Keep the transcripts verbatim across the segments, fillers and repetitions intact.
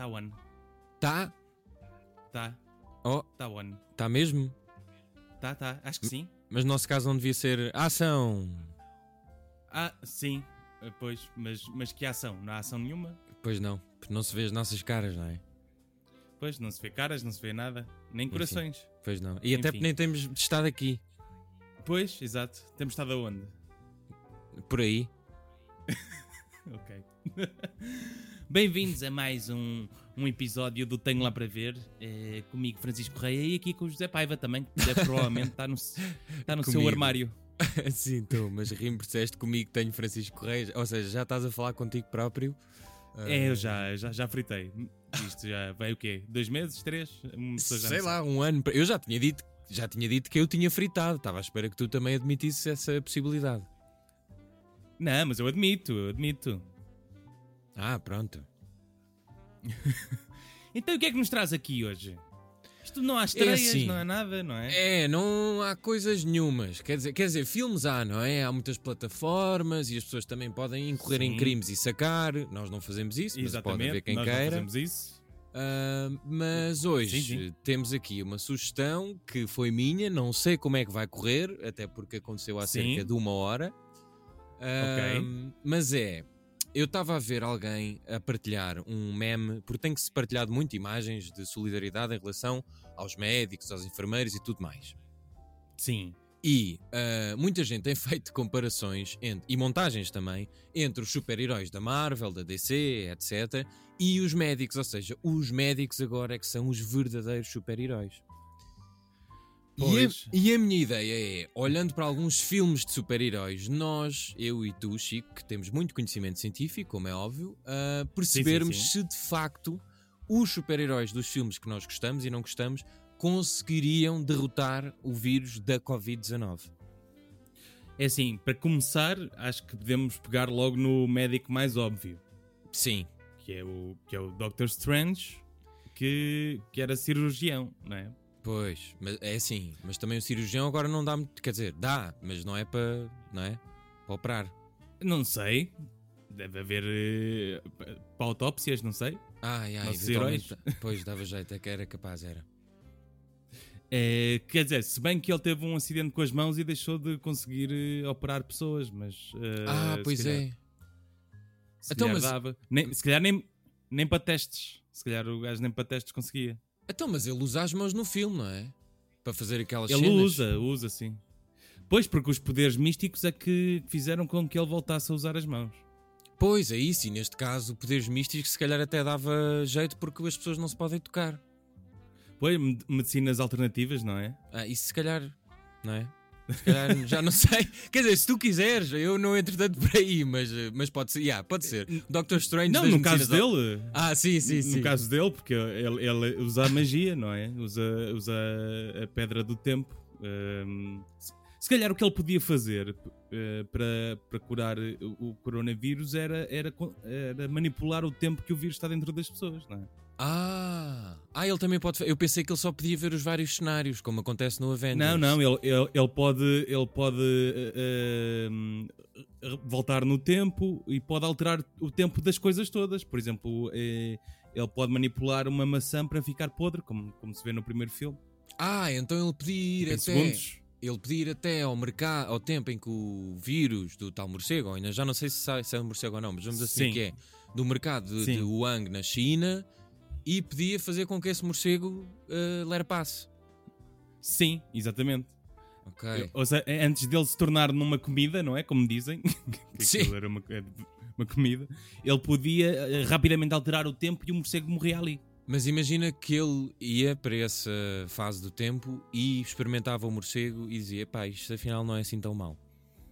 one. Tá? Tá. Oh, Tá one. tá mesmo? Tá, tá. Acho que sim. Mas no nosso caso não devia ser ação. Ah, sim. Eh, Pois, mas, mas que ação? Não há ação nenhuma? Pois não, porque não se vê as nossas caras, não é? Pois, não se vê caras, não se vê nada. Nem corações. Pois não. E até Enfim. nem temos estado aqui, Pois, exato. Temos estado aonde? por aí. Ok. Bem-vindos a mais um, um episódio do Tenho Lá Para Ver. eh, comigo, Francisco Correia, e aqui com o José Paiva também, que deve, provavelmente está no, está no seu Comigo. armário. Sim, estou, mas rimo por disseste comigo que tenho Francisco Correia. Ou seja, já estás a falar contigo próprio. É, eu já, já, já fritei. Isto já vai o quê? Dois meses? Três? Uma pessoa já Sei não lá, sabe. um ano. Eu já tinha dito, já tinha dito que eu tinha fritado. Estava à espera que tu também admitisses essa possibilidade. Não, mas eu admito, eu admito. Ah, pronto. Então o que é que nos traz aqui hoje? Isto não há estreias, assim, não há nada, não é? É, não há coisas nenhumas. Quer dizer, quer dizer, filmes há, não é? Há muitas plataformas e as pessoas também podem incorrer em Sim. crimes e sacar. Nós não fazemos isso, mas pode haver quem nós não queira. fazemos isso. Ah, mas hoje Sim, sim. temos aqui uma sugestão que foi minha, não sei como é que vai correr, até porque aconteceu há Sim. cerca de uma hora. Ah, Ok. Mas é, eu estava a ver alguém a partilhar um meme, porque tem que se partilhado muito imagens de solidariedade em relação aos médicos, aos enfermeiros e tudo mais. Sim. E ah, muita gente tem feito comparações entre, e montagens também entre os super-heróis da Marvel, da D C, etcétera e os médicos, ou seja, os médicos agora é que são os verdadeiros super-heróis. E a, Pois. e a minha ideia é, olhando para alguns filmes de super-heróis, nós, eu e tu, Chico, que temos muito conhecimento científico, como é óbvio, ah, percebermos sim. se de facto os super-heróis dos filmes que nós gostamos e não gostamos conseguiriam derrotar o vírus da covid dezanove. É assim, para começar, acho que podemos pegar logo no médico mais óbvio, Sim. que é o, que é o doutor Strange, que, que era cirurgião, não é? Pois, mas é assim, mas também o cirurgião agora não dá muito, quer dizer, dá, mas não é para, não é? Para operar. Não sei. Deve haver eh, para autópsias, não sei. Ai, ai, Nossos eventualmente, pois dava jeito, é que era capaz, era. É, quer dizer, se bem que ele teve um acidente com as mãos e deixou de conseguir eh, operar pessoas, mas eh, Ah, se pois calhar- é. se Então, calhar mas- dava. Nem, se calhar nem, nem para testes. Se calhar o gajo nem para testes conseguia. Então, mas ele usa as mãos no filme, não é? Para fazer aquelas Ele cenas. usa, usa sim. Pois, porque os poderes místicos é que fizeram com que ele voltasse a usar as mãos. Pois, é isso, e neste caso, poderes místicos se calhar até dava jeito porque as pessoas não se podem tocar. Pois, med- medicinas alternativas, não é? Ah, isso se calhar, não é? Se calhar, já não sei. Quer dizer, se tu quiseres, eu não entro tanto por aí, mas, mas pode ser, yeah, pode ser. doutor Strange Não, das no caso medicinas al- dele. Ah, sim, sim, sim. No caso dele, porque ele, ele usa a magia, não é? Usa, usa a pedra do tempo. Hum, se- se calhar o que ele podia fazer eh, para, para curar o, o coronavírus era, era, co- era manipular o tempo que o vírus está dentro das pessoas, não é? Ah, ah, ele também pode. fa- Eu pensei que ele só podia ver os vários cenários, como acontece no Avengers. Não, não, ele, ele, ele pode, ele pode eh, eh, hum, voltar no tempo e pode alterar o tempo das coisas todas. Por exemplo, eh, ele pode manipular uma maçã para ficar podre, como, como se vê no primeiro filme. Ah, então ele podia ir Em até. segundos. Ele podia ir até ao mercado, ao tempo em que o vírus do tal morcego, ou ainda já não sei se, sa- se é um morcego ou não, mas vamos assumir Sim. que é, do mercado de, Sim. de Wuhan na China, e podia fazer com que esse morcego uh, lerapasse. Sim, exatamente. Ok. Ou seja, antes dele se tornar numa comida, não é? Como dizem, que Sim. aquilo era uma, uma comida, ele podia eh, rapidamente alterar o tempo e o morcego morria ali. Mas imagina que ele ia para essa fase do tempo e experimentava o morcego e dizia, pá, isto afinal não é assim tão mau.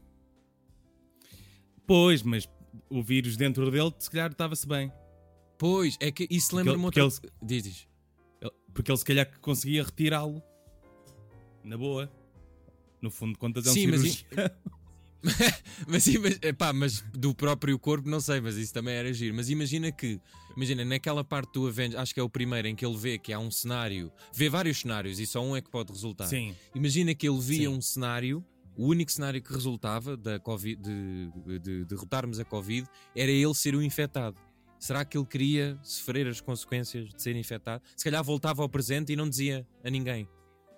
Pois, mas o vírus dentro dele, se calhar, estava-se bem. Pois, é que isso Porque lembra-me ele- outra... porque Diz, diz. Ele- Porque ele, se calhar, conseguia retirá-lo. Na boa. No fundo de contas, é um Sim, mas i- cirurgião. Mas, ima- epá, mas do próprio corpo não sei, mas isso também era giro. Mas imagina que, imagina, naquela parte do Avengers, acho que é o primeiro em que ele vê que há um cenário, vê vários cenários e só um é que pode resultar. Sim. Imagina que ele via Sim. um cenário, o único cenário que resultava da COVID, de, de, de derrotarmos a Covid era ele ser o infectado. Será que ele queria sofrer as consequências de ser infectado? Se calhar voltava ao presente e não dizia a ninguém.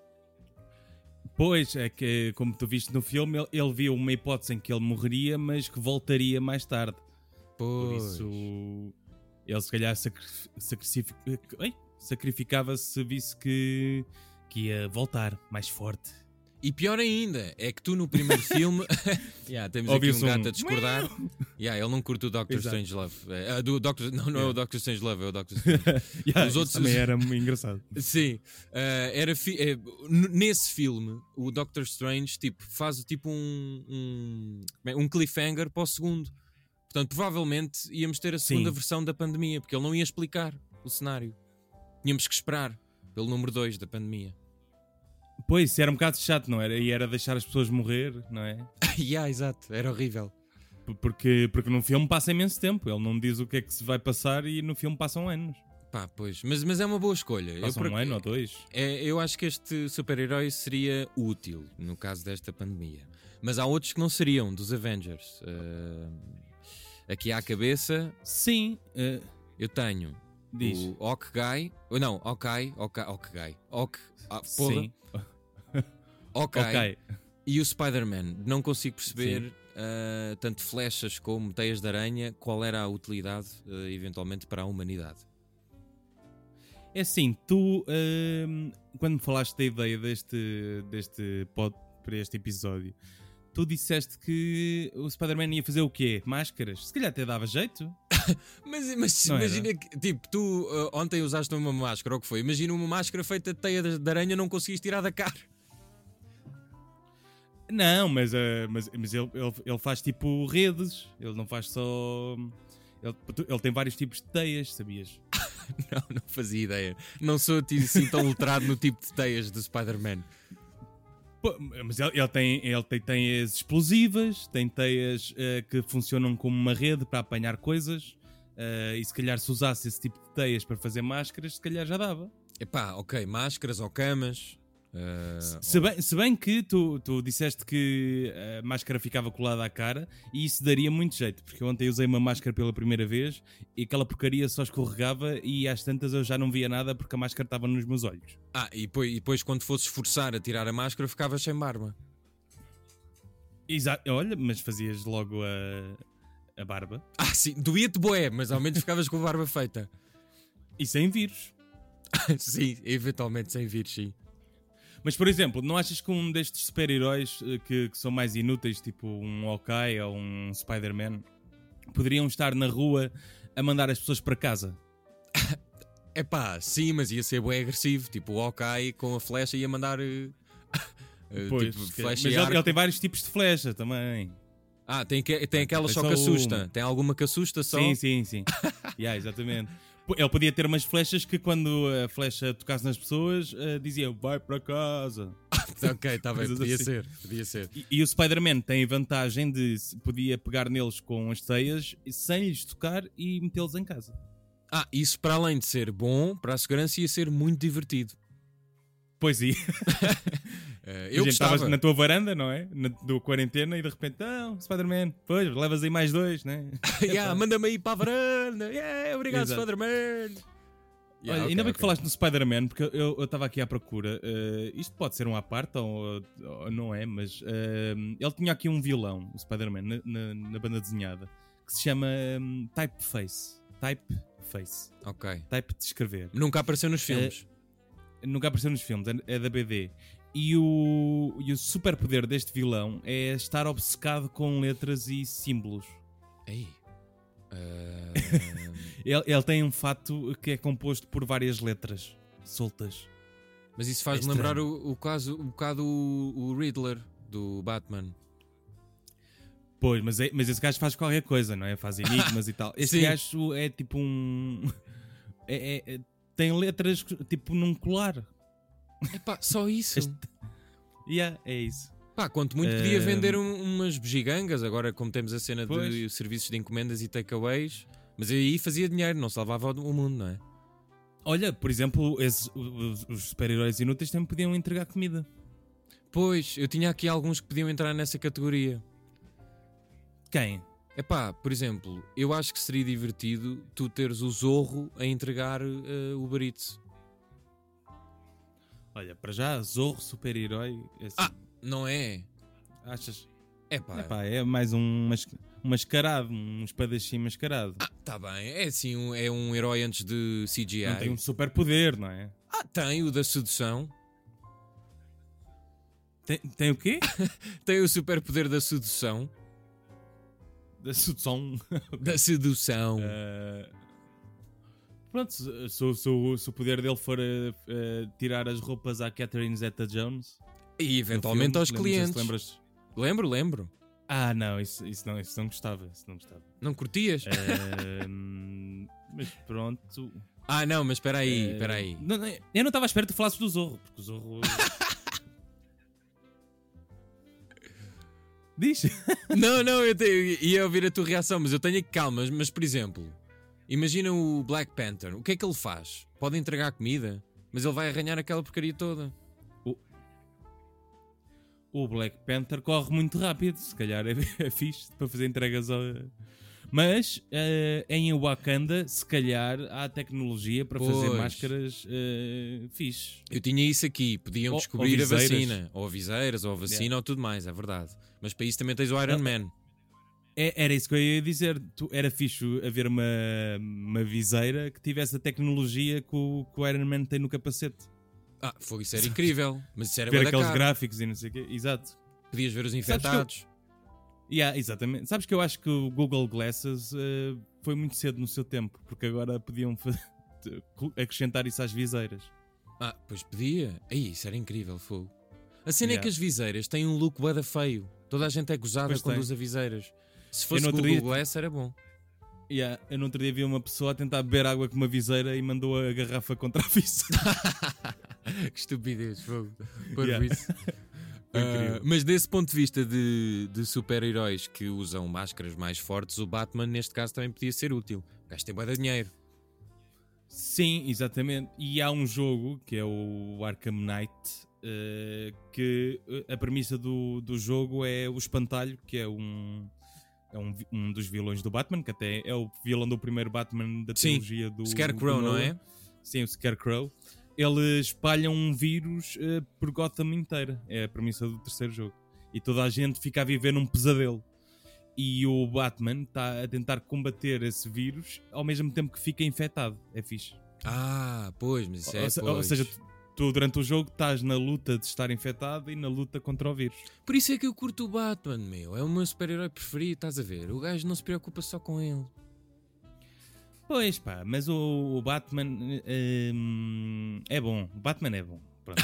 Pois, é que como tu viste no filme, ele, ele viu uma hipótese em que ele morreria, mas que voltaria mais tarde. Pois. Por isso, ele se calhar sacri sacrific Ei, sacrificava-se se visse que, que ia voltar mais forte. E pior ainda, é que tu no primeiro filme... yeah, temos aqui um gato um... a discordar. Yeah, ele não curte o Doctor Strangelove. Uh, do Doctor... Não, não yeah. é o Doctor Strangelove, é o Doctor Strange. yeah, Os outros também era muito engraçado. Sim. Uh, era fi... é, nesse filme, o Doctor Strange tipo, faz tipo um, um, um cliffhanger para o segundo. Portanto, provavelmente íamos ter a segunda Sim. versão da pandemia, porque ele não ia explicar o cenário. Tínhamos que esperar pelo número dois da pandemia. Pois, era um bocado chato, não era? E era deixar as pessoas morrer, não é? yeah, exato, era horrível. Porque, porque no filme passa imenso tempo. Ele não diz o que é que se vai passar e no filme passam anos. Pá, pois, mas, mas é uma boa escolha. Passa eu, um ano ou dois. É, eu acho que este super-herói seria útil no caso desta pandemia. Mas há outros que não seriam, dos Avengers. Uh, aqui à cabeça... Sim. Uh, eu tenho diz. o Hawkeye... Não, Hawkeye... Hawkeye... Hawkeye... Ah, porra. Sim. Okay. ok. E o Spider-Man? Não consigo perceber, uh, tanto flechas como teias de aranha, qual era a utilidade, uh, eventualmente, para a humanidade. É assim, tu, uh, quando me falaste da ideia deste, deste pod, para este episódio, tu disseste que o Spider-Man ia fazer o quê? Máscaras? Se calhar até dava jeito. mas mas imagina que, tipo, tu uh, ontem usaste uma máscara, ou o que foi? Imagina uma máscara feita de teia de, de aranha, não conseguiste tirar da cara. Não, mas, uh, mas, mas ele, ele, ele faz tipo redes, ele não faz só... Ele, ele tem vários tipos de teias, sabias? não, não fazia ideia. Não sou assim tão letrado no tipo de teias do Spider-Man. Pô, mas ele, ele, tem, ele tem teias explosivas, tem teias uh, que funcionam como uma rede para apanhar coisas, uh, e se calhar se usasse esse tipo de teias para fazer máscaras, se calhar já dava. Epá, ok, máscaras ou camas... Uh, se, bem, se bem que tu, tu disseste que a máscara ficava colada à cara, e isso daria muito jeito, porque ontem usei uma máscara pela primeira vez e aquela porcaria só escorregava e às tantas eu já não via nada porque a máscara estava nos meus olhos. Ah, e depois, e depois quando fosses forçar a tirar a máscara ficavas sem barba. Exato, olha, mas fazias logo a, a barba. Ah sim, doía-te bué, mas ao menos ficavas com a barba feita. E sem vírus. Sim, eventualmente sem vírus, sim. Mas, por exemplo, não achas que um destes super-heróis que, que são mais inúteis, tipo um Hawkeye ou um Spider-Man, poderiam estar na rua a mandar as pessoas para casa? É pá, sim, mas ia ser bem agressivo. Tipo o Hawkeye com a flecha ia mandar... Uh, pois, tipo, flecha mas ele, ele tem vários tipos de flecha também. Ah, tem, que, tem aquela tem só que assusta. Uma. Tem alguma que assusta só? Sim, sim, sim. yeah, exatamente. Ele podia ter umas flechas que quando a flecha tocasse nas pessoas uh, diziam vai para casa. Ok, está bem, podia assim. ser, podia ser. E, e o Spider-Man tem a vantagem de podia pegar neles com as teias sem lhes tocar e metê-los em casa. Ah, isso para além de ser bom para a segurança ia ser muito divertido. Pois é. Uh, eu estavas na tua varanda, não é? Na tua quarentena e de repente, não, Spider-Man, pois, levas aí mais dois, né? yeah, manda-me aí para a varanda, yeah, obrigado, Spider-Man. Yeah, Olha, okay, ainda bem okay. que falaste no Spider-Man, porque eu estava aqui à procura. Uh, isto pode ser um à parte ou, ou não é, mas uh, ele tinha aqui um vilão, o Spider-Man, na, na, na banda desenhada, que se chama um, Typeface. Typeface. Ok. Type de escrever. Nunca apareceu nos filmes. Uh, nunca apareceu nos filmes, é, é da B D. E o, e o superpoder deste vilão é estar obcecado com letras e símbolos. Ei. Uh... ele, ele tem um fato que é composto por várias letras soltas. Mas isso faz-me é lembrar o, o caso, um bocado o, o Riddler do Batman. Pois, mas, é, mas esse gajo faz qualquer coisa, não é? Faz enigmas e tal. Este gajo é tipo um... É, é, é, tem letras tipo num colar. Epá, só isso? Este... Yeah, é isso. Pá, quanto muito podia uh... vender um, umas bugigangas, agora como temos a cena pois. de serviços de encomendas e takeaways, mas aí fazia dinheiro, não salvava o mundo, não é? Olha, por exemplo, esses, os, os super-heróis inúteis também podiam entregar comida. Pois, eu tinha aqui alguns que podiam entrar nessa categoria. Quem? Epá, por exemplo, eu acho que seria divertido tu teres o Zorro a entregar uh, Uber Eats. Olha, para já, Zorro, super-herói. Assim, Ah, não é? achas? Epá, Epá, é mais um mas- um mascarado, um espadachim mascarado. ah, tá bem. É assim, um, é um herói antes de C G I. Não tem um super-poder, não é? Ah, tem o da sedução. Tem, tem o quê? Tem o superpoder da sedução. Da sedução. Da sedução. Uh, pronto, se, se, se, se o poder dele for uh, uh, tirar as roupas à Catherine Zeta-Jones E eventualmente filme, aos lembras- clientes. lembras? Lembro, lembro. Ah, não, isso, isso, não, isso não gostava. Isso não gostava. Não curtias? Uh, mas pronto. Ah, não, mas espera aí, Uh, espera aí. não, não, eu não estava à espera que tu falasses do Zorro, porque o Zorro. Diz? Não, não, eu, te, eu ia ouvir a tua reação, mas eu tenho aqui calma. Mas, mas, por exemplo, imagina o Black Panther. O que é que ele faz? Pode entregar comida, mas ele vai arranhar aquela porcaria toda. O Black Panther corre muito rápido, se calhar é, é fixe para fazer entregas ao... Mas uh, em Wakanda, se calhar há tecnologia para fazer Pois. máscaras uh, fixe. Eu tinha isso aqui, podiam Ou- descobrir ou a viseiras. vacina, ou a viseiras, ou a vacina, Yeah. ou tudo mais, é verdade. Mas para isso também tens o Iron Ah, Man. É, era isso que eu ia dizer. Tu, era fixe haver uma, uma viseira que tivesse a tecnologia que o, que o Iron Man tem no capacete. Ah, foi, isso era incrível, mas isso era Ver bué da aqueles caro. gráficos e não sei o quê. Exato. Podias ver os que eu- infectados. Yeah, exatamente. Sabes que eu acho que o Google Glasses uh, foi muito cedo no seu tempo, porque agora podiam fa- acrescentar isso às viseiras. Ah, pois podia. Aí, isso era incrível, fogo. A cena é Yeah. que as viseiras têm um look bué da feio. Toda a gente é gozada Pois quando tem. usa viseiras. Se fosse no outro Google dia- Glass era bom. Yeah, eu no outro dia vi uma pessoa a tentar beber água com uma viseira e mandou a garrafa contra a viseira. Que estupidez, fogo. Por Yeah. isso. Foi Ah, incrível. mas desse ponto de vista de, de super-heróis que usam máscaras mais fortes, o Batman neste caso também podia ser útil. O gajo tem bué de dinheiro. Sim, exatamente. E há um jogo que é o Arkham Knight, eh, que a premissa do, do jogo é o Espantalho, que é um, é um, vi- um dos vilões do Batman, que até é o vilão do primeiro Batman da Sim, trilogia do Scarecrow, do não Nolan. é? Sim, o Scarecrow. Ele espalha um vírus eh, por Gotham inteira. É a premissa do terceiro jogo. E toda a gente fica a viver num pesadelo. E o Batman está a tentar combater esse vírus ao mesmo tempo que fica infectado. É fixe. Ah, pois, mas isso é ou, se- pois. ou seja, tu, tu durante o jogo estás na luta de estar infectado e na luta contra o vírus. Por isso é que eu curto o Batman, meu. É o meu super-herói preferido, estás a ver? O gajo não se preocupa só com ele. Pois pá, mas o, o Batman hum, é bom. O Batman é bom. Pronto.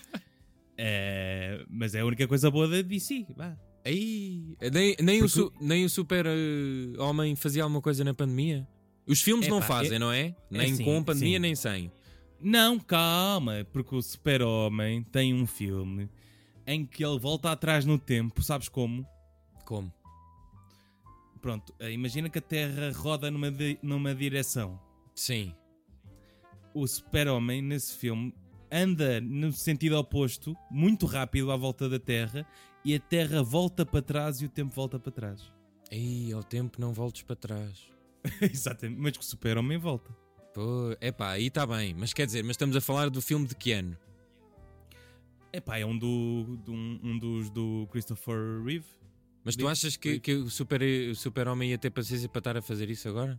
É, mas é a única coisa boa da D C. Vá. Aí, nem, nem, o, Porque- su- nem o super-homem fazia alguma coisa na pandemia? Os filmes não Epá, fazem, é- não é? Nem assim, com pandemia, sim. nem sem. Não, calma, porque o Super-Homem tem um filme em que ele volta atrás no tempo, sabes como? Como? Pronto, eh, imagina que a Terra roda numa, di- numa direção. Sim. O Super-Homem, nesse filme, anda no sentido oposto, muito rápido à volta da Terra, e a Terra volta para trás e o tempo volta para trás. Aí, ao tempo não voltes para trás. Exatamente, mas que o Super-Homem volta. Pô, epá, aí está bem. Mas quer dizer, mas estamos a falar do filme de que ano? Epá, é um, do, do- um, um dos do Christopher Reeve. Mas tu Diz- achas que, diz. que o super, o super-homem ia ter paciência para estar a fazer isso agora?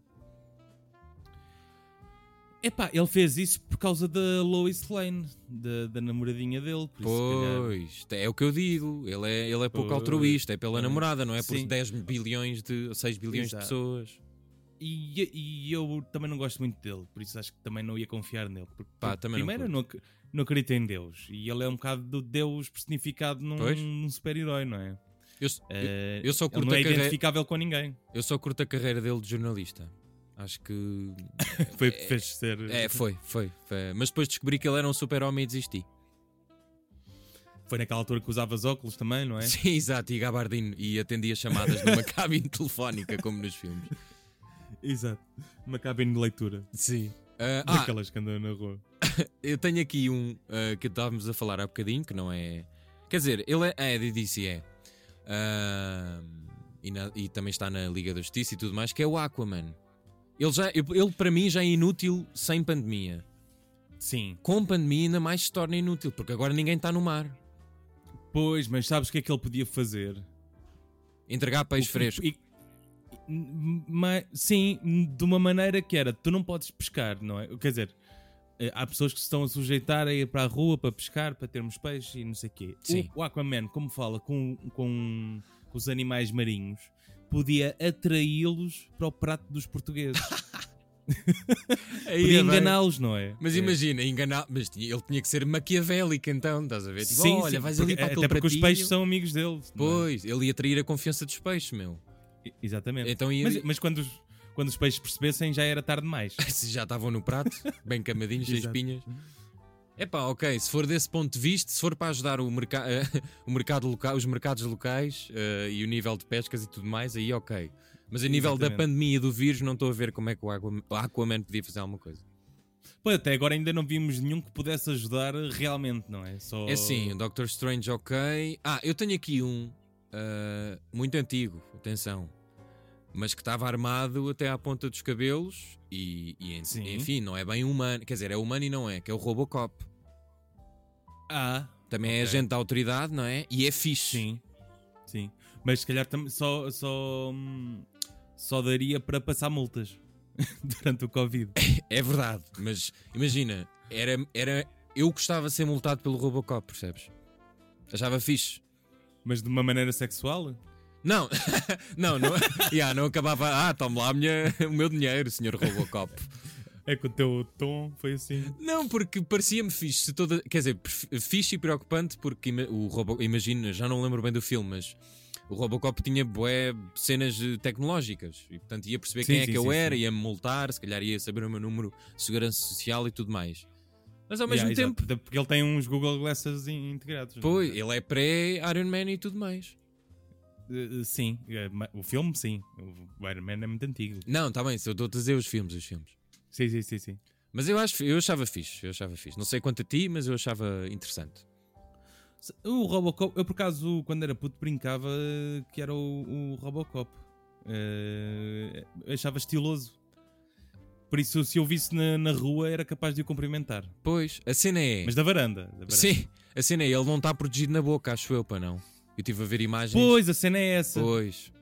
Epá, ele fez isso por causa da Lois Lane, da, da namoradinha dele. Por isso, se calhar- Pois, é o que eu digo. Ele é, ele é pouco Pois. altruísta, é pela Pois. namorada, não é por Sim. dez bilhões de, ou seis bilhões Exato. de pessoas. E, e eu também não gosto muito dele, por isso acho que também não ia confiar nele. Porque, Pá, porque também não primeiro, não, ac- não acredito em Deus. E ele é um bocado do Deus personificado num, Pois. num super-herói, não é? Eu, Eh, eu só ele curto não é a carreira- identificável com ninguém. eu só curto a carreira dele de jornalista. Acho que. Foi fez ser. É, foi, foi, foi. Mas depois descobri que ele era um super-homem e desisti. Foi naquela altura que usavas óculos também, não é? Sim, exato, e gabardino. E atendia chamadas numa cabine telefónica, como nos filmes. Exato. Uma cabine de leitura. Sim. Ah, ah, Daquelas que andam na rua. eu tenho aqui um ah, que estávamos a falar há bocadinho, que não é. Quer dizer, ele é. É, de D C é. Ah, e, na, e também está na Liga da Justiça e tudo mais, que é o Aquaman. Ele, já, ele para mim já é inútil sem pandemia. Sim. Com pandemia ainda mais se torna inútil, porque agora ninguém está no mar. Pois, mas sabes o que é que ele podia fazer? Entregar peixe O- fresco. e- ma- sim, de uma maneira que era, tu não podes pescar, não é? Quer dizer, eh, há pessoas que se estão a sujeitar a ir para a rua para pescar, para termos peixe e não sei o quê. Sim. O, o Aquaman, como fala com, com, com os animais marinhos, podia atraí-los para o prato dos portugueses. Aí Podia é bem. enganá-los, não é? Mas É. imagina, enganar, mas tinha- ele tinha que ser maquiavélico então, estás a ver? Tipo, Sim, olha, sim, vais porque- ali para aquele até porque os pratinho. peixes são amigos deles. não é? Pois, ele ia atrair a confiança dos peixes, meu. I- Exatamente. Então ia... Mas, mas quando, os, quando os peixes percebessem, já era tarde demais. Se já estavam no prato, bem camadinhos, sem Exato. espinhas. Epá, ok, se for desse ponto de vista, se for para ajudar o, merca o mercado local, os mercados locais eh, e o nível de pescas e tudo mais, aí ok. Mas a nível da Exatamente. pandemia e do vírus, não estou a ver como é que o Aquaman, o Aquaman podia fazer alguma coisa. Pois, até agora ainda não vimos nenhum que pudesse ajudar realmente, não é? Só... É sim, o Doctor Strange, ok. Ah, eu tenho aqui um ah, muito antigo, atenção, mas que estava armado até à ponta dos cabelos e, e en- Sim. enfim, não é bem humano, quer dizer, é humano e não é, que é o Robocop. Ah, Também é ok. agente da autoridade, não é? E é fixe. sim, sim. Mas se calhar tam- só, só, hum, só daria para passar multas durante o Covid. É verdade, mas imagina, era, era, eu gostava de ser multado pelo Robocop, percebes? Achava fixe. Mas de uma maneira sexual? Não, não, não, yeah, não acabava. Ah, tome lá a minha, o meu dinheiro, senhor Robocop. É que o teu tom foi assim. Não, porque parecia-me fixe. Se toda, quer dizer, perf- fixe e preocupante, porque ima- o Robo, imagina, já não lembro bem do filme, mas o Robocop tinha bué cenas eh, tecnológicas e, portanto, ia perceber Sim, quem é sim, que eu sim, era, sim. ia-me multar, se calhar ia saber o meu número de segurança social e tudo mais. Mas ao mesmo Yeah, tempo, exato. Até porque ele tem uns Google Glasses in- integrados. não é? pois, ele é pré-Iron Man e tudo mais. Uh, sim, é, ma- o filme sim. O Iron Man é muito antigo. Não, está bem, se eu estou a dizer os filmes, os filmes. Sim, sim, sim, sim. Mas eu, acho, eu achava fixe, eu achava fixe. Não sei quanto a ti, mas eu achava interessante. O Robocop, eu por acaso, quando era puto, brincava que era o, o Robocop. Eh, eu achava estiloso. Por isso, se eu visse na, na rua, era capaz de o cumprimentar. Pois, a cena é... Mas da varanda. Da varanda. Sim, a cena é, ele não está protegido na boca, acho eu, para não. Eu estive a ver imagens. Pois, a cena é essa. Pois.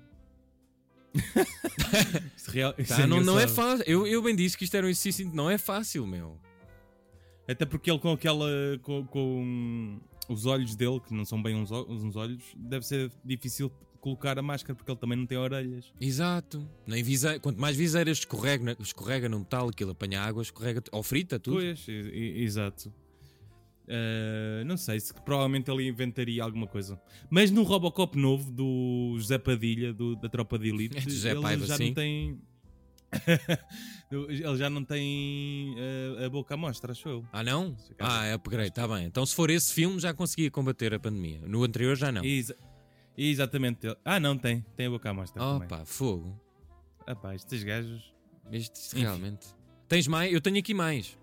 Isso real- isso Tá, é não, não é engraçado. fácil. Eu, eu bem disse que isto era um exercício, não é fácil, meu. Até porque ele com aquela. Com, com os olhos dele, que não são bem uns, ó- uns olhos, deve ser difícil colocar a máscara, porque ele também não tem orelhas. Exato. Nem vise... Quanto mais viseiras escorrega, na- escorrega no metal, aquilo apanha água, escorrega ou frita, tudo. Pois, e- e- exato. Uh, não sei, se provavelmente ele inventaria alguma coisa. Mas no Robocop novo do José Padilha, do- da Tropa de Elite, É de José ele Paiva, já sim. não tem. Ele já não tem uh, a boca à mostra, acho eu. Ah, não? Se calhar. Ah, é upgrade, está bem. Então se for esse filme já conseguia combater a pandemia. No anterior já não. Exa- exatamente. Ah, não, tem. Tem a boca à mostra também. Opa, fogo. Ah, pá, estes gajos. Isto, isto Enfim. realmente. Tens mais? Eu tenho aqui mais.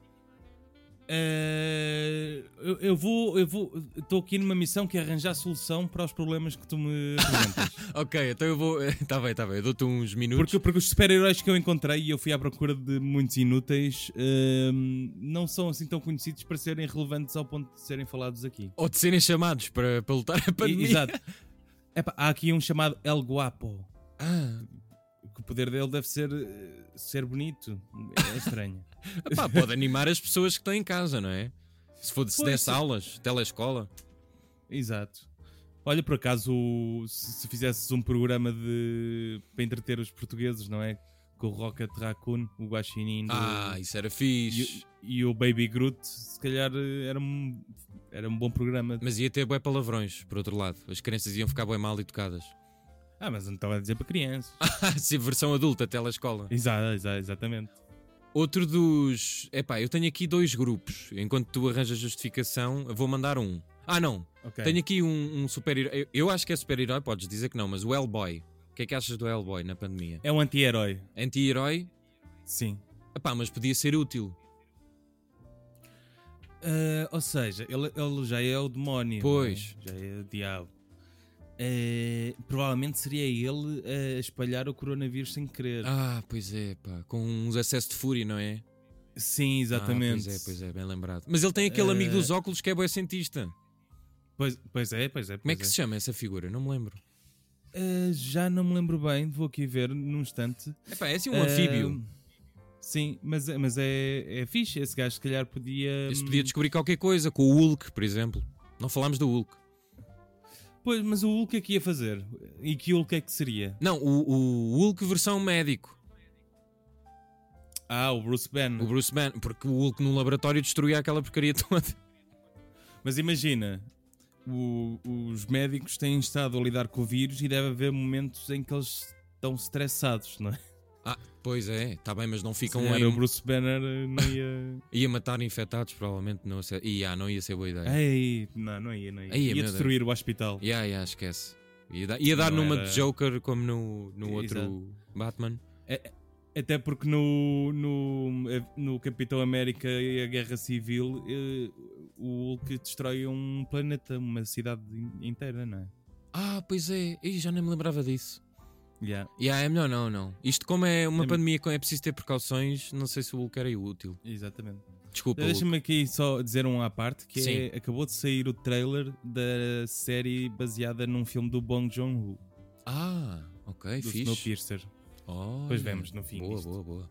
Uh, eu, eu vou. Eu vou. Estou aqui numa missão que é arranjar solução para os problemas que tu me apresentas. Ok, então eu vou. Está bem, está bem. Eu dou-te uns minutos. Porque, porque os super-heróis que eu encontrei e eu fui à procura de muitos inúteis hum, não são assim tão conhecidos para serem relevantes ao ponto de serem falados aqui. Ou de serem chamados para, para lutar a E- pandemia. exato. Epá, há aqui um chamado El Guapo. Ah, Que o poder dele deve ser eh, ser bonito. É estranho. epá, pode animar as pessoas que estão em casa, não é? Se for se Pois, desse sim. aulas, telescola. Exato. Olha, por acaso, se, se fizesses um programa de para entreter os portugueses, não é? Com o Rocket Raccoon, o Guaxinim do- Ah, isso era fixe. e, e o Baby Groot, se calhar eh, era um, era um bom programa. Mas ia ter bué palavrões, por outro lado. As crianças iam ficar bué mal educadas. Ah, mas não estava a dizer para crianças. Se a versão adulta, telescola. Exato, exa- exatamente. Outro dos... Epá, eu tenho aqui dois grupos. Enquanto tu arranjas justificação, eu vou mandar um. Ah, não. Ok. Tenho aqui um, um super-herói. Eu, eu acho que é super-herói, podes dizer que não, mas o Hellboy. O que é que achas do Hellboy na pandemia? É um anti-herói. Anti-herói? Sim. Epá, mas podia ser útil. Ah, ou seja, ele, ele já é o demónio. Pois. não é? Já é o diabo. Uh, provavelmente seria ele a espalhar o coronavírus sem querer. Ah, pois é, pá, com uns acessos de fúria, não é? Sim, exatamente. Ah, pois é, pois é, bem lembrado. Mas ele tem aquele uh... amigo dos óculos que é bué cientista. Pois, pois é, pois é. Pois Como é que é. se chama essa figura? Não me lembro. Uh, já não me lembro bem, vou aqui ver num instante. Epá, é assim um uh... anfíbio. Sim, mas, mas é, é fixe. Esse gajo, se calhar, podia. Esse podia descobrir qualquer coisa, com o Hulk, por exemplo. Não falámos do Hulk. Pois, mas o Hulk é que ia fazer? E que Hulk é que seria? Não, o, o Hulk versão médico. Ah, o Bruce Banner. O Bruce Banner, porque o Hulk no laboratório destruía aquela porcaria toda. Mas imagina, o, os médicos têm estado a lidar com o vírus e deve haver momentos em que eles estão estressados, não é? Ah, pois é, está bem, mas não ficam aí. em... O Bruce Banner não ia... ia matar infectados, provavelmente. Não, sei... ia, não ia ser boa ideia. Ei, não, não ia, não ia. Ei, ia destruir Deus. O hospital. Ia, ia, esquece. Ia, dar, ia dar numa era... de Joker como no, no outro Exato. Batman. É, até porque no, no, no Capitão América e a Guerra Civil o Hulk destrói um planeta, uma cidade inteira, não é? Ah, pois é. Ih, já nem me lembrava disso. Yeah. Yeah, é melhor não, não. Isto como é uma é pandemia, é preciso ter precauções, não sei se o Hulk era útil. Exatamente. Desculpa, deixa-me aqui só dizer um à parte, que Sim. é, acabou de sair o trailer da série baseada num filme do Bong Joon-ho. Ah, ok, do fixe. Snowpiercer. Oh, depois vemos no fim. Boa, disto. boa, boa.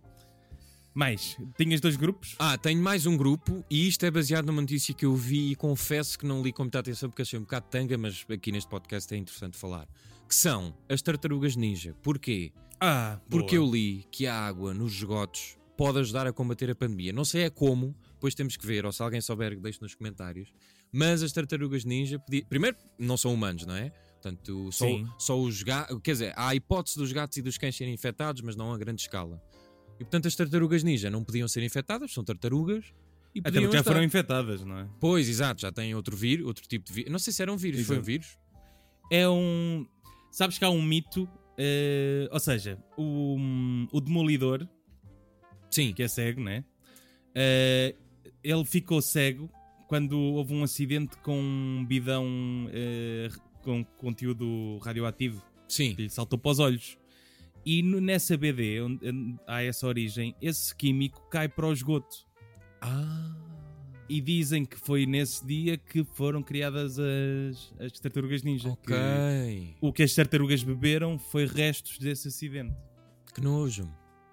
Mais, tinhas dois grupos? Ah, tenho mais um grupo e isto é baseado numa notícia que eu vi e confesso que não li com muita atenção porque achei um bocado tanga, mas aqui neste podcast é interessante falar. Que são as tartarugas ninja. Porquê? Ah, porque boa. eu li que a água nos esgotos pode ajudar a combater a pandemia. Não sei é como, depois temos que ver, ou se alguém souber, deixe nos comentários. Mas as tartarugas ninja, podia... primeiro, não são humanos, não é? Portanto, só, só os gatos, quer dizer, há a hipótese dos gatos e dos cães serem infectados, mas não a grande escala. E portanto as tartarugas ninja não podiam ser infectadas, são tartarugas. E até porque já estar... foram infectadas, não é? Pois, exato, já têm outro vírus, outro tipo de vírus. Não sei se era um vírus, exato. Foi um vírus? É um... Sabes que há um mito, uh, ou seja, o, o Demolidor, sim, que é cego, né? Uh, ele ficou cego quando houve um acidente com um bidão uh, com conteúdo radioativo. Sim. Que lhe saltou para os olhos. E no, nessa B D, onde, onde há essa origem, esse químico cai para o esgoto. Ah... E dizem que foi nesse dia que foram criadas as, as tartarugas ninja. Ok. Que o que as tartarugas beberam foi restos desse acidente. Que nojo.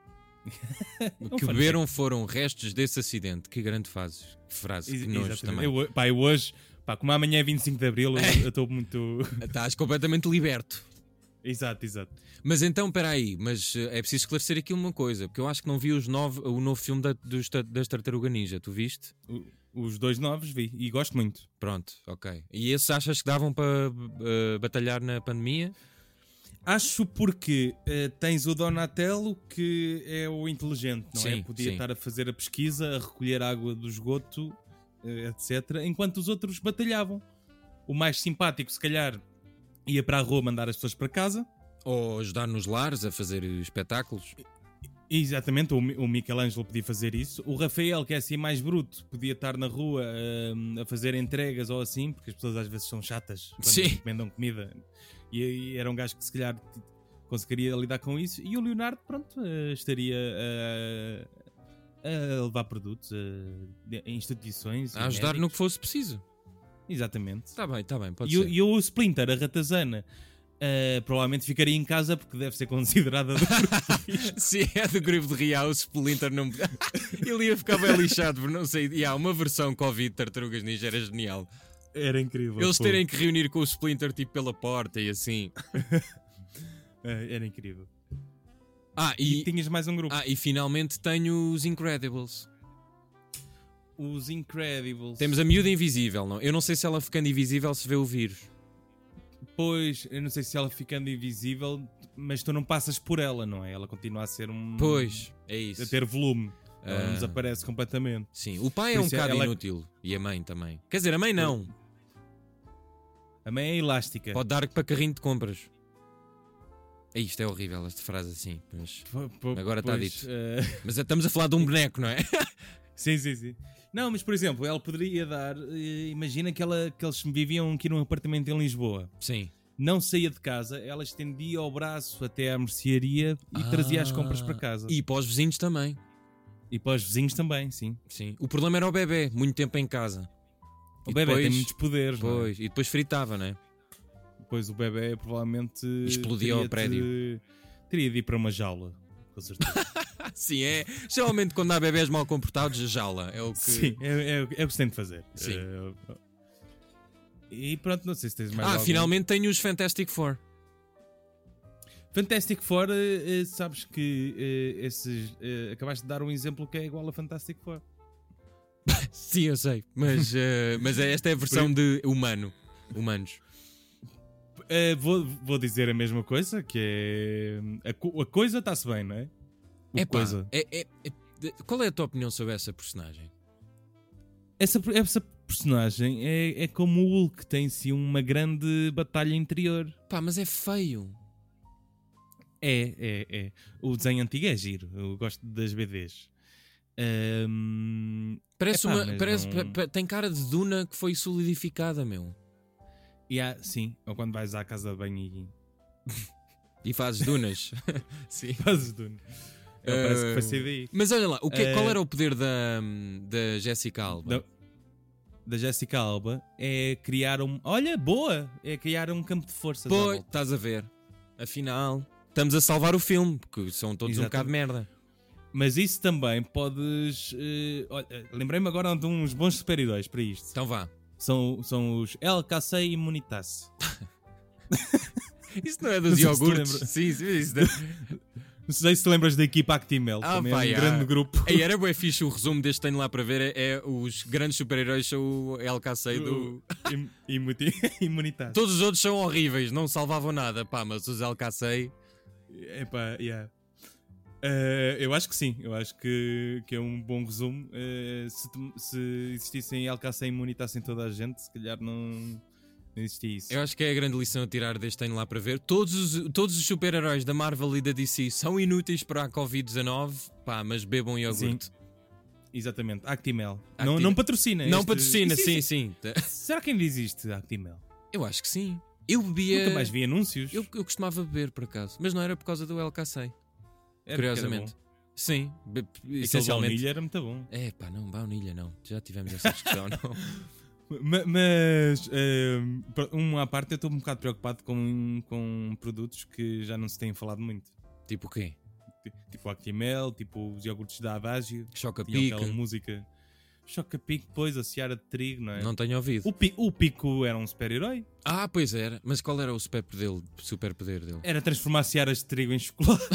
O que beberam foram restos desse acidente. Que grande frase. Que frase. Que nojo exatamente. também. Eu, pá, eu hoje, pá, como amanhã é vinte e cinco de Abril, eu estou muito... Estás completamente liberto. Exato, exato. Mas então, espera aí, mas é preciso esclarecer aqui uma coisa, porque eu acho que não vi os nove, o novo filme da, dos, das Tartaruga Ninja, tu viste? O, os dois novos vi, e gosto muito. Pronto, ok. E esses achas que davam para uh, batalhar na pandemia? Acho porque uh, tens o Donatello, que é o inteligente, não sim, é? Podia sim. estar a fazer a pesquisa, a recolher água do esgoto, uh, etcétera, enquanto os outros batalhavam. O mais simpático, se calhar, ia para a rua mandar as pessoas para casa. Ou ajudar nos lares a fazer espetáculos. Exatamente, o, o Michelangelo podia fazer isso. O Rafael, que é assim mais bruto, podia estar na rua uh, a fazer entregas ou assim, porque as pessoas às vezes são chatas quando Sim. encomendam comida. E, e era um gajo que se calhar conseguiria lidar com isso. E o Leonardo, pronto, uh, estaria uh, a levar produtos uh, a instituições. A ajudar médicos. no que fosse preciso. Exatamente. Está bem, está bem, pode e, ser. E o Splinter, a ratazana, uh, provavelmente ficaria em casa porque deve ser considerada do grupo. Sim, é do grupo de Real, o Splinter não... Ele ia ficar bem lixado, por não sei... E há uma versão Covid de Tartarugas Ninja, era genial. Era incrível. Eles pô. terem que reunir com o Splinter tipo pela porta e assim. Era incrível. Ah, e... e tinhas mais um grupo. Ah, e finalmente tenho os Incredibles. Os Incredibles. Temos a miúda invisível, não? Eu não sei se ela ficando invisível se vê o vírus. Pois, eu não sei se ela ficando invisível, mas tu não passas por ela, não é? Ela continua a ser um... Pois, é isso. A ter volume. Ela Ah. não desaparece completamente. Sim, o pai Por é um isso bocado ela- inútil. E a mãe também. Quer dizer, a mãe não. A mãe é elástica. Pode dar para carrinho de compras. É isto, é horrível esta frase assim. Mas, P- p- Agora está pois, dito. eh, mas estamos a falar de um boneco, não é? Sim, sim, sim. Não, mas por exemplo, ela poderia dar... eh, Imagina que, ela, que eles viviam aqui num apartamento em Lisboa. Sim. não saía de casa, ela estendia o braço até à mercearia e Ah, trazia as compras para casa. E para os vizinhos também. E para os vizinhos também, sim. Sim. O problema era o bebê, muito tempo em casa. O E bebê depois- tem muitos poderes, não é? Pois, e depois fritava, não é? Depois o bebê provavelmente Explodia o teria prédio. de- teria de ir para uma jaula, com certeza. Sim, é. Geralmente quando há bebés mal comportados, jaula. É o que. Sim, é, é, é o que se tem de fazer. Sim. Eh, e pronto, não sei se tens mais Ah, algum. finalmente tenho os Fantastic Four. Fantastic Four, eh, eh, sabes que eh, esses, eh, acabaste de dar um exemplo que é igual a Fantastic Four. Sim, eu sei. Mas, eh, mas é- esta é a versão de humano. Humanos. Eh, vou, vou dizer a mesma coisa, que é a, co- a coisa está-se bem, não é? O Epá, coisa. é, é- é- de- qual é a tua opinião sobre essa personagem? Essa, essa personagem é, é como o Hulk, tem sim uma grande batalha interior. Pá, mas é feio. É, é, é. O desenho antigo é giro. Eu gosto das B Ds. Ahm, Parece Epá, uma. mas Parece, não- pa- pa- tem cara de Duna que foi solidificada, meu. e há, sim, ou quando vais à casa de banho e E fazes Dunas. Sim. fazes Dune. Ele parece que foi sair daí. Mas olha lá, o que, Eh, qual era o poder da, da Jessica Alba? Da, da Jessica Alba é criar um. Olha, boa! É criar um campo de forças. à Pois, volta. estás a ver. Afinal, estamos a salvar o filme, porque são todos um Exatamente. bocado de merda. Mas isso também podes. eh, olha, lembrei-me agora de uns bons super-heróis para isto. Então vá. São, são os El Casei Immunitas. Isso não é Não dos sei se te iogurtes? lembra. Sim, sim, isso. Não sei se te lembras da equipa Actimel. Ah, também pá, é um já. grande grupo. Aí era bem fixe o resumo deste tenho lá para ver. É, é os grandes super-heróis são o El Casei do. Im- imuti- Imunitas. Todos os outros são horríveis, não salvavam nada, pá, mas os El Casei. Epá, yeah. Eh, eu acho que sim, eu acho que, que é um bom resumo. Eh, se, te- se existissem El Casei Immunitas em toda a gente, se calhar não, não existia isso. Eu acho que é a grande lição a tirar deste tenho lá para ver. Todos os, todos os super-heróis da Marvel e da D C são inúteis para a covid dezanove, pá, mas bebam iogurte. Exatamente, Actimel. Acti- Não, não patrocina. Não este- patrocina, Isso sim, existe. sim. Será que ainda existe Actimel? Eu acho que sim. Eu bebia. Nunca mais vi anúncios. Eu, eu costumava beber, por acaso. Mas não era por causa do El Casei. Era porque Curiosamente. era bom. Sim. be- Aquele Essencialmente. baunilha era muito bom. É pá, não, baunilha não. Já tivemos essa discussão, não. Ma- Mas, ehm, para- uma à parte, eu estou um bocado preocupado com, com produtos que já não se têm falado muito. Tipo o quê? Ti- Tipo Actimel, tipo os iogurtes da Adagio. Tinham Choca-pica. aquela música. Choca-pico, pois, a Seara de Trigo, não é? Não tenho ouvido. O, Pi- o Pico era um super-herói. Ah, pois era. Mas qual era o superpoder dele? Superpoder dele? Era transformar Searas de Trigo em chocolate.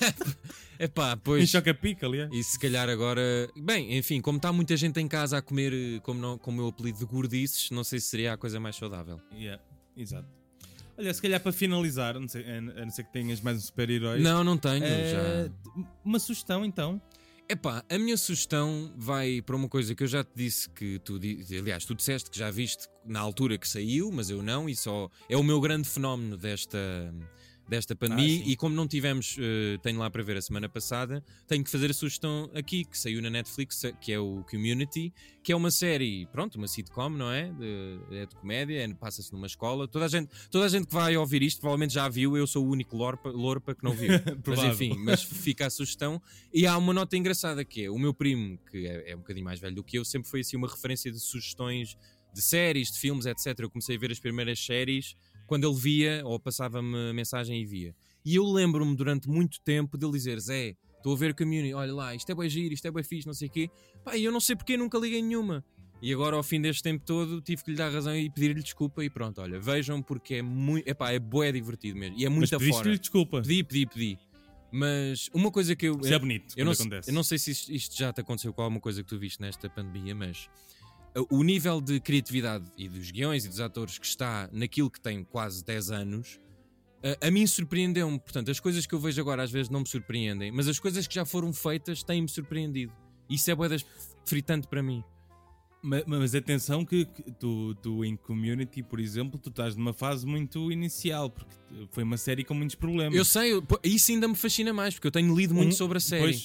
É pá, em pois. Choca-pico, aliás. E se calhar agora. Bem, enfim, como está muita gente em casa a comer, eh, como, não, como eu apelido de gordices, não sei se seria a coisa mais saudável. Yeah, exato. Olha, se calhar para finalizar, não sei, a a não ser que tenhas mais um super-herói. Não, não tenho. eh, Já. Uma sugestão então. Epá, a minha sugestão vai para uma coisa que eu já te disse que tu, di- aliás, tu disseste que já viste na altura que saiu, mas eu não, e só é o meu grande fenómeno desta, desta pandemia. sim. E como não tivemos, eh, tenho lá para ver a semana passada, tenho que fazer a sugestão aqui, que saiu na Netflix, que é o Community, que é uma série, pronto, uma sitcom, não é? De, é de comédia, é- passa-se numa escola. Toda a, gente, toda a gente que vai ouvir isto provavelmente já viu, eu sou o único lorpa, lorpa que não viu. Mas Provável. enfim, mas fica a sugestão. E há uma nota engraçada que é o meu primo, que é, é um bocadinho mais velho do que eu, sempre foi assim uma referência de sugestões de séries, de filmes, etcétera. Eu comecei a ver as primeiras séries quando ele via ou passava-me mensagem e via. E eu lembro-me durante muito tempo dele dizer: Zé, estou a ver o Community, olha lá, isto é bem giro, isto é bem fixe, não sei o quê. Pá, e eu não sei porque nunca liguei nenhuma. E agora, ao fim deste tempo todo, tive que lhe dar razão e pedir-lhe desculpa. E pronto, olha, vejam, porque é muito. Epá, é bué divertido mesmo. E é Mas muito pediste-lhe fora. desculpa. Pedi, pedi, pedi. Mas uma coisa que eu. Isso é bonito Eu não, quando sei- acontece. eu não sei se isto, isto já te aconteceu com alguma coisa que tu viste nesta pandemia, mas uh, o nível de criatividade e dos guiões e dos atores que está naquilo que tem quase dez anos, uh, a mim surpreendeu-me. Portanto, as coisas que eu vejo agora às vezes não me surpreendem, mas as coisas que já foram feitas têm-me surpreendido. Isso é bué das fritante para mim. Ma- Mas, atenção que, que tu, tu em Community, por exemplo, tu estás numa fase muito inicial, porque foi uma série com muitos problemas. Eu sei, eu- pô, isso ainda me fascina mais, porque eu tenho lido muito Um- sobre a série. Pois,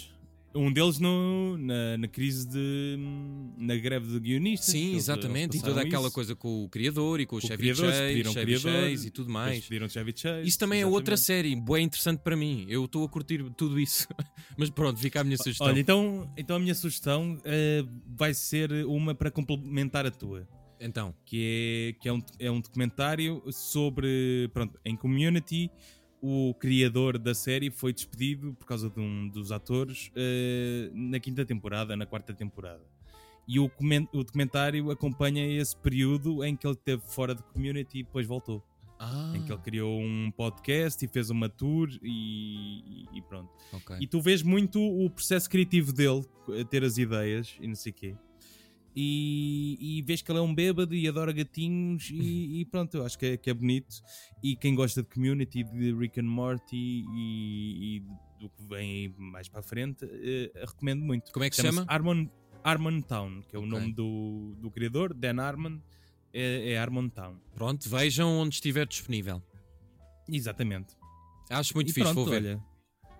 Um deles no, na, na crise de. Na greve de guionistas. Sim, eles, exatamente. eles E toda aquela isso. coisa com o criador e com o Com Chevy criadores, Chase, pediram Chevy criador, Chase e tudo mais. Pediram Chevy Chase. Isso também exatamente. é outra série, bem interessante para mim. Eu estou a curtir tudo isso. Mas pronto, fica a minha sugestão. Olha, então, então a minha sugestão uh, vai ser uma para complementar a tua. Então. Que é, que é, um, é um documentário sobre. Pronto, em Community. O criador da série foi despedido por causa de um dos atores uh, na quinta temporada, na quarta temporada. E o, coment- o documentário acompanha esse período em que ele esteve fora de Community e depois voltou. Ah. Em que ele criou um podcast e fez uma tour e, e pronto. Okay. E tu vês muito o processo criativo dele, a ter as ideias e não sei o quê. E, e vês que ele é um bêbado e adora gatinhos e, e pronto, eu acho que é, que é bonito. E quem gosta de Community, de Rick and Morty e, e do que vem aí mais para a frente, eh, recomendo muito. Como é que se Chama-se chama? Harmon, Harmon Town, que é o Okay. nome do, do criador, Dan Harmon, é, é Harmon Town. Pronto, vejam onde estiver disponível. Exatamente. Acho muito E fixe, pronto, vou ver. olha.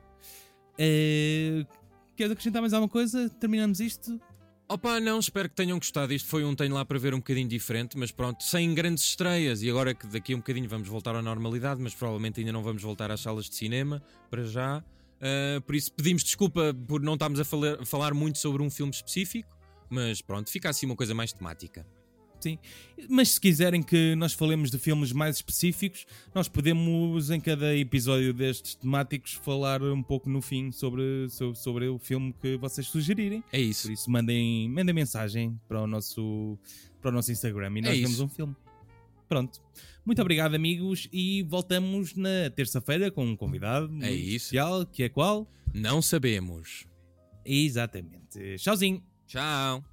Eh, queres acrescentar mais alguma coisa? Terminamos isto? Opa, não, espero que tenham gostado. Isto foi um tenho lá para ver um bocadinho diferente, mas pronto, sem grandes estreias. E agora que daqui a um bocadinho vamos voltar à normalidade, mas provavelmente ainda não vamos voltar às salas de cinema, para já. Uh, por isso pedimos desculpa por não estarmos a falar, falar muito sobre um filme específico, mas pronto, fica assim uma coisa mais temática. Sim, mas se quiserem que nós falemos de filmes mais específicos, nós podemos em cada episódio destes temáticos falar um pouco no fim sobre, sobre, sobre o filme que vocês sugerirem. É isso. Por isso mandem, mandem mensagem para o, nosso, para o nosso Instagram e nós É vemos isso. um filme. Pronto. Muito obrigado, amigos, e voltamos na terça-feira com um convidado muito É isso. especial, que é qual? Não sabemos. Exatamente. Tchauzinho. Tchau.